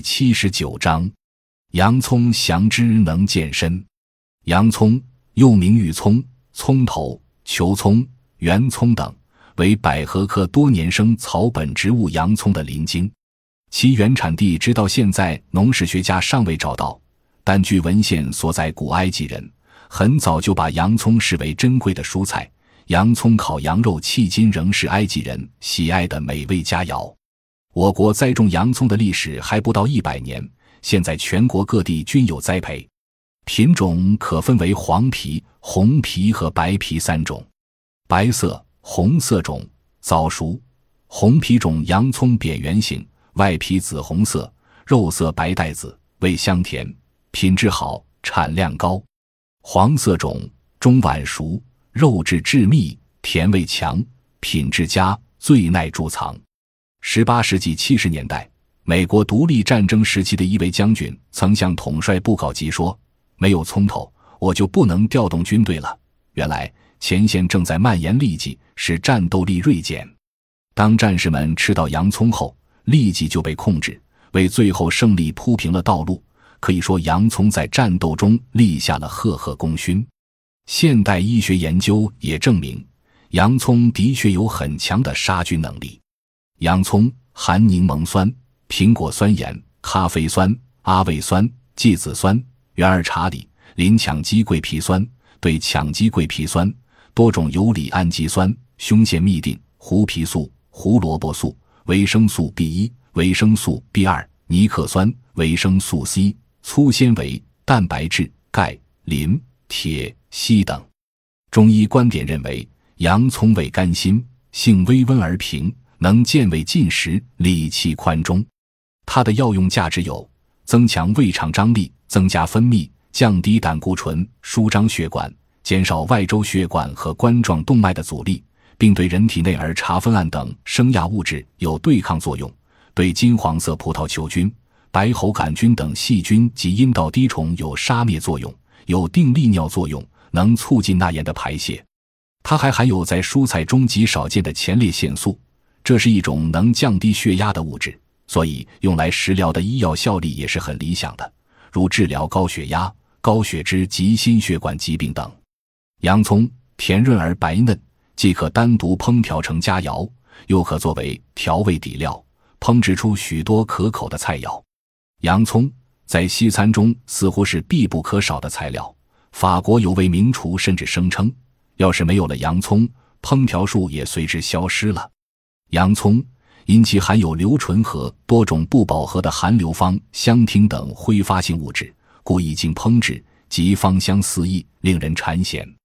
79章。洋葱详之能健身。洋葱又名玉葱、葱头、球葱、圆葱等，为百合科多年生草本植物洋葱的邻经。其原产地直到现在农史学家尚未找到，但据文献所载，古埃及人很早就把洋葱视为珍贵的蔬菜，洋葱烤羊肉迄今仍是埃及人喜爱的美味佳肴。我国栽种洋葱的历史还不到100年，现在全国各地均有栽培。品种可分为黄皮、红皮和白皮3种。白色、红色种早熟，红皮种洋葱扁圆形，外皮紫红色，肉色白带子，味香甜，品质好，产量高。黄色种中晚熟，肉质致密，甜味强，品质佳，最耐贮藏。18世纪70年代，美国独立战争时期的一位将军曾向统帅部告急说，没有葱头，我就不能调动军队了。原来前线正在蔓延痢疾，使战斗力锐减。当战士们吃到洋葱后，痢疾就被控制，为最后胜利铺平了道路。可以说洋葱在战斗中立下了赫赫功勋。现代医学研究也证明，洋葱的确有很强的杀菌能力。洋葱含柠檬酸、苹果酸盐、咖啡酸、阿魏酸、芥子酸、原二茶里、磷羟基桂皮酸、对羟基桂皮酸、多种游离氨基酸、胸腺嘧啶、胡皮素、胡萝卜素、维生素 B1、维生素 B2、尼克酸、维生素 C、粗纤维、蛋白质、钙、磷、铁、硒等。中医观点认为，洋葱味甘辛，性微温而平，能健胃进食，理气宽中。它的药用价值有增强胃肠张力，增加分泌，降低胆固醇，舒张血管，减少外周血管和冠状动脉的阻力，并对人体内儿茶酚胺等生压物质有对抗作用，对金黄色葡萄球菌、白喉杆菌等细菌及阴道滴虫有杀灭作用，有定利尿作用，能促进钠盐的排泄。它还含有在蔬菜中极少见的前列腺素，这是一种能降低血压的物质，所以用来食疗的医药效力也是很理想的，如治疗高血压、高血脂及心血管疾病等。洋葱甜润而白嫩，既可单独烹调成佳肴，又可作为调味底料，烹制出许多可口的菜肴。洋葱在西餐中似乎是必不可少的材料，法国有位名厨甚至声称，要是没有了洋葱，烹调术也随之消失了。洋葱因其含有硫醇和多种不饱和的含硫芳、香烃等挥发性物质，故一经烹制即芳香四溢，令人馋涎。